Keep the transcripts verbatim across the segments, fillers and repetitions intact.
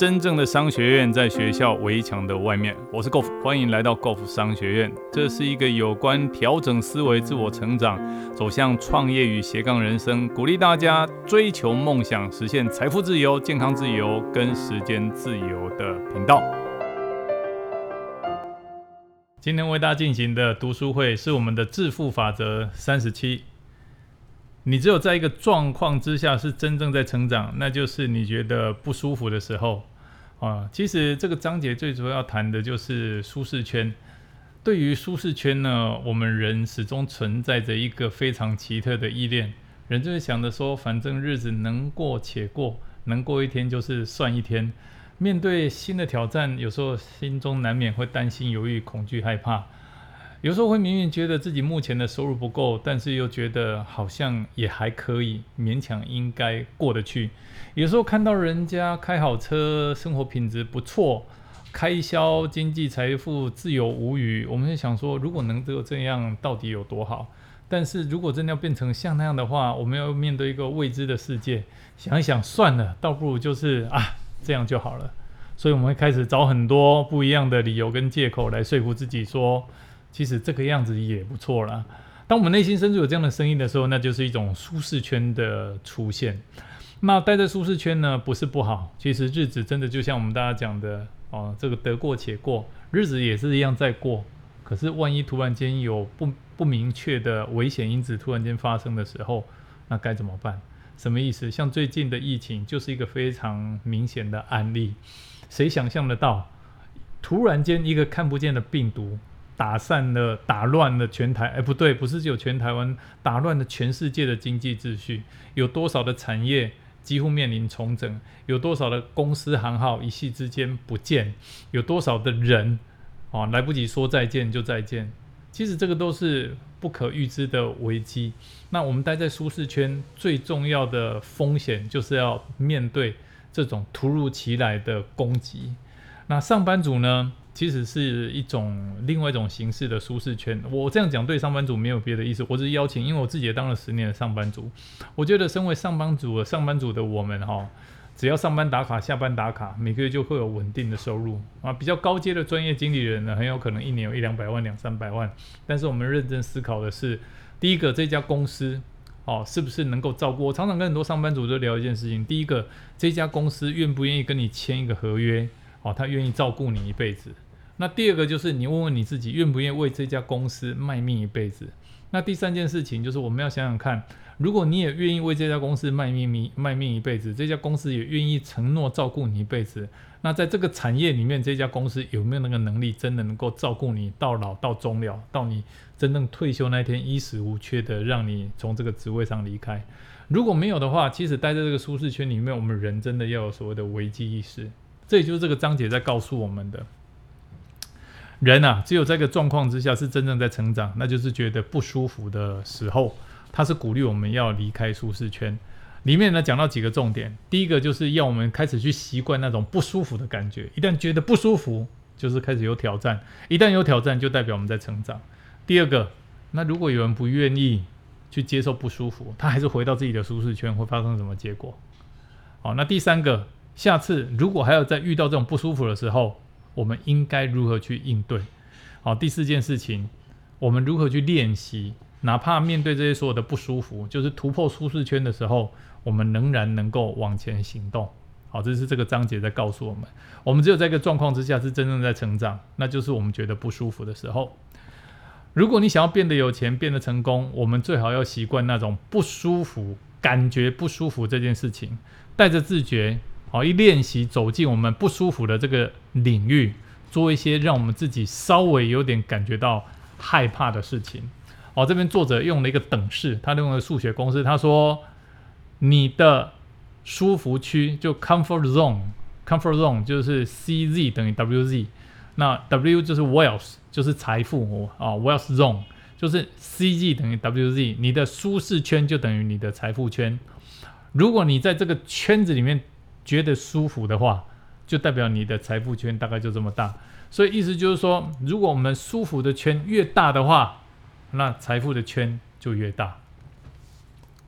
真正的商学院在学校围墙的外面。我是 Golf， 欢迎来到 Golf 商学院。这是一个有关调整思维、自我成长、走向创业与斜杠人生，鼓励大家追求梦想、实现财富自由、健康自由跟时间自由的频道。今天为大家进行的读书会是我们的致富法则三十七。你只有在一个状况之下是真正在成长，那就是你觉得不舒服的时候。啊，其实这个章节最主要谈的就是舒适圈。对于舒适圈呢，我们人始终存在着一个非常奇特的依恋。人就是想着说，反正日子能过且过，能过一天就是算一天。面对新的挑战，有时候心中难免会担心、犹豫、恐惧、害怕。有时候会明明觉得自己目前的收入不够，但是又觉得好像也还可以，勉强应该过得去。有时候看到人家开好车，生活品质不错，开销、经济、财富自由无余，我们会想说，如果能够这样，到底有多好？但是如果真的要变成像那样的话，我们要面对一个未知的世界，想一想算了，倒不如就是啊，这样就好了。所以我们会开始找很多不一样的理由跟借口来说服自己说，其实这个样子也不错啦。当我们内心深处有这样的声音的时候，那就是一种舒适圈的出现。那待在舒适圈呢，不是不好，其实日子真的就像我们大家讲的哦，这个得过且过，日子也是一样在过。可是万一突然间有不不明确的危险因子突然间发生的时候，那该怎么办？什么意思？像最近的疫情就是一个非常明显的案例。谁想象得到，突然间一个看不见的病毒打散了、打乱了全台，哎，不对，不是只有全台湾，打乱了全世界的经济秩序。有多少的产业几乎面临重整？有多少的公司行号一夕之间不见？有多少的人、哦、来不及说再见就再见？其实这个都是不可预知的危机。那我们待在舒适圈，最重要的风险就是要面对这种突如其来的攻击。那上班族呢，其实是一种另外一种形式的舒适圈。我这样讲对上班族没有别的意思，我只是邀请，因为我自己也当了十年的上班族。我觉得身为上班族的上班族的我们哈，只要上班打卡、下班打卡，每个月就会有稳定的收入啊。比较高阶的专业经理人呢，很有可能一年有一两百万、两三百万。但是我们认真思考的是，第一个，这家公司哦，是不是能够照顾？我常常跟很多上班族都聊一件事情：第一个，这家公司愿不愿意跟你签一个合约？哦，他愿意照顾你一辈子。那第二个就是你问问你自己，愿不愿意为这家公司卖命一辈子？那第三件事情就是我们要想想看，如果你也愿意为这家公司卖命卖命一辈子，这家公司也愿意承诺照顾你一辈子，那在这个产业里面，这家公司有没有那个能力真的能够照顾你到老到终了，到你真正退休那天衣食无缺的让你从这个职位上离开？如果没有的话，其实待在这个舒适圈里面，我们人真的要有所谓的危机意识。这也就是这个章节在告诉我们的。人啊，只有在这个状况之下是真正在成长，那就是觉得不舒服的时候，他是鼓励我们要离开舒适圈。里面呢讲到几个重点，第一个就是要我们开始去习惯那种不舒服的感觉，一旦觉得不舒服，就是开始有挑战，一旦有挑战，就代表我们在成长。第二个，那如果有人不愿意去接受不舒服，他还是回到自己的舒适圈，会发生什么结果？好，那第三个，下次如果还有再遇到这种不舒服的时候，我们应该如何去应对？好，第四件事情，我们如何去练习，哪怕面对这些所有的不舒服，就是突破舒适圈的时候，我们仍然能够往前行动。好，这是这个章节在告诉我们，我们只有在一个状况之下是真正在成长，那就是我们觉得不舒服的时候。如果你想要变得有钱、变得成功，我们最好要习惯那种不舒服、感觉不舒服这件事情，带着自觉。好，一练习走进我们不舒服的这个领域，做一些让我们自己稍微有点感觉到害怕的事情。好，这边作者用了一个等式，他用了数学公式，他说你的舒服区就 comfort zone，comfort zone 就是 C Z 等于 W Z， 那 W 就是 wealth， 就是财富啊 ，wealth zone 就是 C Z 等于 W Z， 你的舒适圈就等于你的财富圈。如果你在这个圈子里面觉得舒服的话，就代表你的财富圈大概就这么大。所以意思就是说，如果我们舒服的圈越大的话，那财富的圈就越大。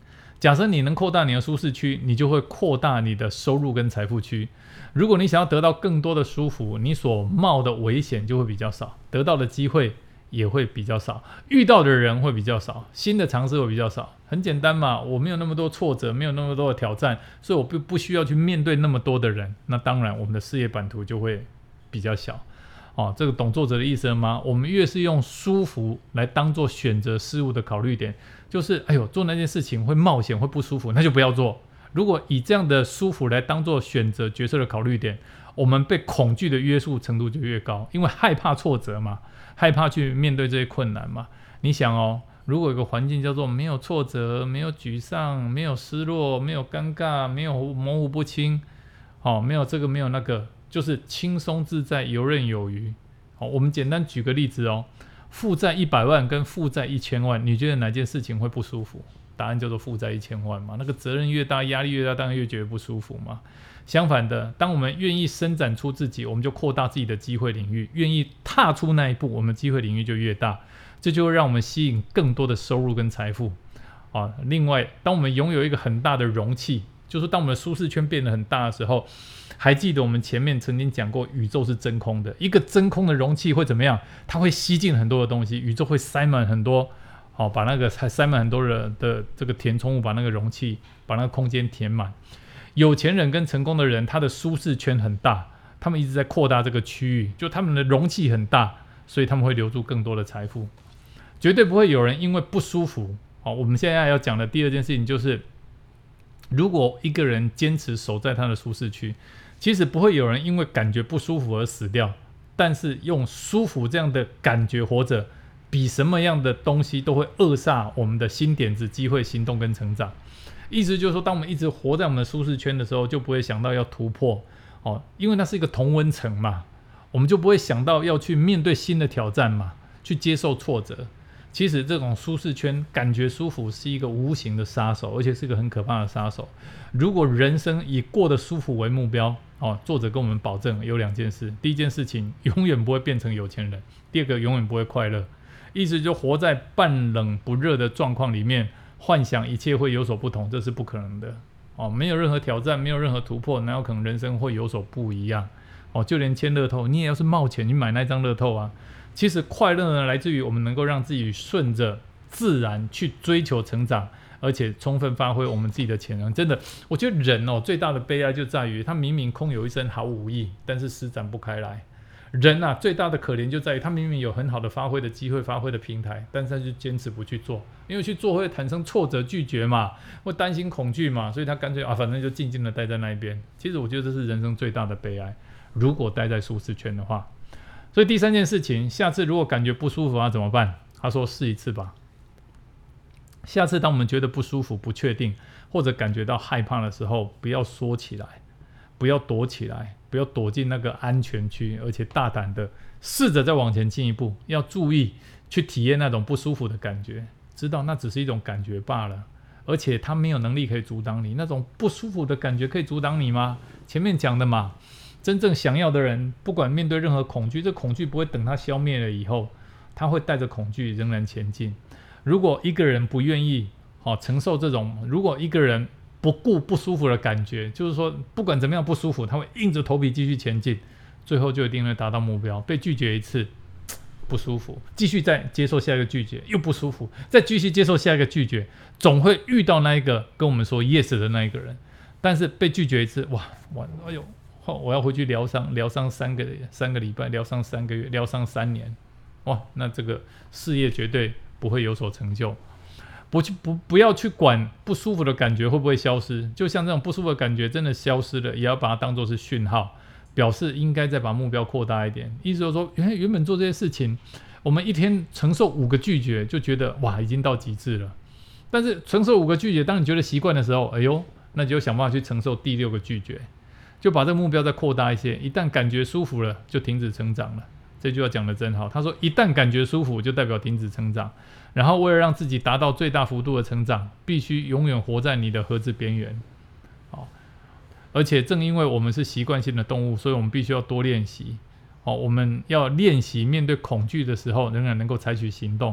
假设你能扩大你的舒适区，你就会扩大你的收入跟财富区。如果你想要得到更多的舒服，你所冒的危险就会比较少，得到的机会也会比较少，遇到的人会比较少，新的尝试会比较少。很简单嘛，我没有那么多挫折，没有那么多的挑战，所以我不不需要去面对那么多的人。那当然，我们的事业版图就会比较小。哦，这个懂作者的意思了吗？我们越是用舒服来当做选择事物的考虑点，就是哎呦，做那件事情会冒险，会不舒服，那就不要做。如果以这样的舒服来当做选择决策的考虑点，我们被恐惧的约束程度就越高，因为害怕挫折嘛，害怕去面对这些困难嘛。你想哦，如果有个环境叫做没有挫折，没有沮丧，没有失落，没有尴尬，没有模糊不清，哦，没有这个没有那个，就是轻松自在，游刃有余。好，我们简单举个例子哦，负债一百万跟负债一千万，你觉得哪件事情会不舒服？答案叫做负债一千万嘛，那个责任越大，压力越大，当然越觉得不舒服嘛。相反的，当我们愿意伸展出自己，我们就扩大自己的机会领域，愿意踏出那一步，我们机会领域就越大，这就会让我们吸引更多的收入跟财富啊。另外，当我们拥有一个很大的容器，就是当我们的舒适圈变得很大的时候，还记得我们前面曾经讲过，宇宙是真空的，一个真空的容器会怎么样？它会吸进很多的东西，宇宙会塞满很多。好，把那个塞满很多人的这个填充物，把那个容器，把那个空间填满。有钱人跟成功的人，他的舒适圈很大，他们一直在扩大这个区域，就他们的容器很大，所以他们会留住更多的财富。绝对不会有人因为不舒服。好，我们现在要讲的第二件事情就是，如果一个人坚持守在他的舒适区，其实不会有人因为感觉不舒服而死掉，但是用舒服这样的感觉活着，比什么样的东西都会扼杀我们的新点子、机会、行动跟成长。意思就是说，当我们一直活在我们的舒适圈的时候，就不会想到要突破哦，因为那是一个同温层嘛，我们就不会想到要去面对新的挑战嘛，去接受挫折。其实这种舒适圈感觉舒服是一个无形的杀手，而且是一个很可怕的杀手。如果人生以过得舒服为目标哦，作者跟我们保证有两件事：第一件事情，永远不会变成有钱人；第二个，永远不会快乐。意思就活在半冷不热的状况里面，幻想一切会有所不同，这是不可能的哦。没有任何挑战，没有任何突破，哪有可能人生会有所不一样哦？就连签乐透，你也要是冒钱去买那张乐透啊。其实快乐呢，来自于我们能够让自己顺着自然去追求成长，而且充分发挥我们自己的潜能。真的，我觉得人哦最大的悲哀就在于，他明明空有一身好武艺，但是施展不开来。人啊，最大的可怜就在于他明明有很好的发挥的机会、发挥的平台，但是他就坚持不去做，因为去做会产生挫折、拒绝嘛，会担心、恐惧嘛，所以他干脆啊，反正就静静的待在那一边。其实我觉得这是人生最大的悲哀。如果待在舒适圈的话，所以第三件事情，下次如果感觉不舒服啊怎么办？他说试一次吧。下次当我们觉得不舒服、不确定，或者感觉到害怕的时候，不要缩起来，不要躲起来。不要躲进那个安全区，而且大胆的试着再往前进一步，要注意去体验那种不舒服的感觉，知道那只是一种感觉罢了，而且它没有能力可以阻挡你。那种不舒服的感觉可以阻挡你吗？前面讲的嘛，真正想要的人，不管面对任何恐惧，这恐惧不会等他消灭了以后，他会带着恐惧仍然前进。如果一个人不愿意、哦、承受这种，如果一个人不顾不舒服的感觉，就是说不管怎么样不舒服，他会硬着头皮继续前进，最后就一定会达到目标。被拒绝一次不舒服，继续再接受下一个拒绝又不舒服，再继续接受下一个拒绝，总会遇到那一个跟我们说 yes 的那一个人。但是被拒绝一次，哇，完了，哎呦，我要回去疗伤，疗伤三个三个礼拜，疗伤三个月，疗伤三年，哇，那这个事业绝对不会有所成就。不, 去 不, 不要去管不舒服的感觉会不会消失，就像这种不舒服的感觉真的消失了，也要把它当作是讯号，表示应该再把目标扩大一点。意思就是说，原, 原本做这些事情，我们一天承受五个拒绝就觉得哇已经到极致了，但是承受五个拒绝，当你觉得习惯的时候，哎呦，那就想办法去承受第六个拒绝，就把这个目标再扩大一些。一旦感觉舒服了，就停止成长了。这句话讲得真好，他说一旦感觉舒服就代表停止成长，然后为了让自己达到最大幅度的成长，必须永远活在你的盒子边缘。好，而且正因为我们是习惯性的动物，所以我们必须要多练习。好，我们要练习面对恐惧的时候仍然能够采取行动，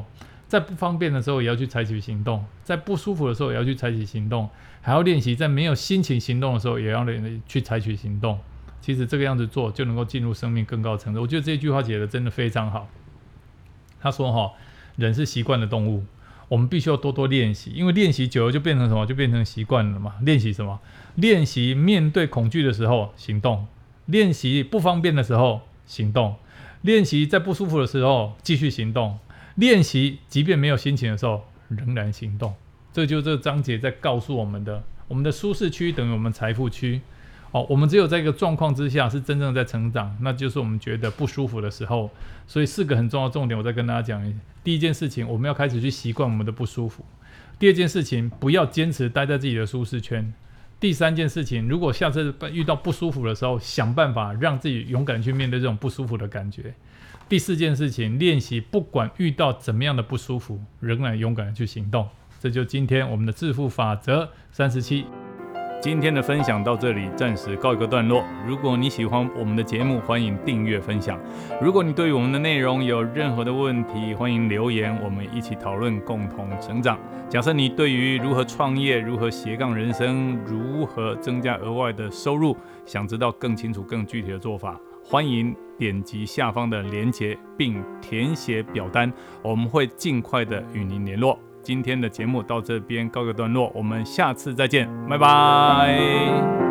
在不方便的时候也要去采取行动，在不舒服的时候也要去采取行动，还要练习在没有心情行动的时候也要去采取行动。其实这个样子做就能够进入生命更高层次。我觉得这句话写的真的非常好。他说哈，人是习惯的动物，我们必须要多多练习，因为练习久了就变成什么？就变成习惯了嘛。练习什么？练习面对恐惧的时候行动，练习不方便的时候行动，练习在不舒服的时候继续行动，练习即便没有心情的时候仍然行动。这就是这个章节在告诉我们的，我们的舒适区等于我们财富区。哦，我们只有在一个状况之下是真正在成长，那就是我们觉得不舒服的时候。所以四个很重要的重点，我再跟大家讲。第一件事情，我们要开始去习惯我们的不舒服。第二件事情，不要坚持待在自己的舒适圈。第三件事情，如果下次遇到不舒服的时候，想办法让自己勇敢去面对这种不舒服的感觉。第四件事情，练习不管遇到怎么样的不舒服，仍然勇敢的去行动。这就今天我们的致富法则三十七。今天的分享到这里，暂时告一个段落。如果你喜欢我们的节目，欢迎订阅分享。如果你对于我们的内容有任何的问题，欢迎留言，我们一起讨论，共同成长。假设你对于如何创业、如何斜杠人生、如何增加额外的收入，想知道更清楚、更具体的做法，欢迎点击下方的连结，并填写表单，我们会尽快的与您联络。今天的节目到这边告个段落，我们下次再见，拜拜。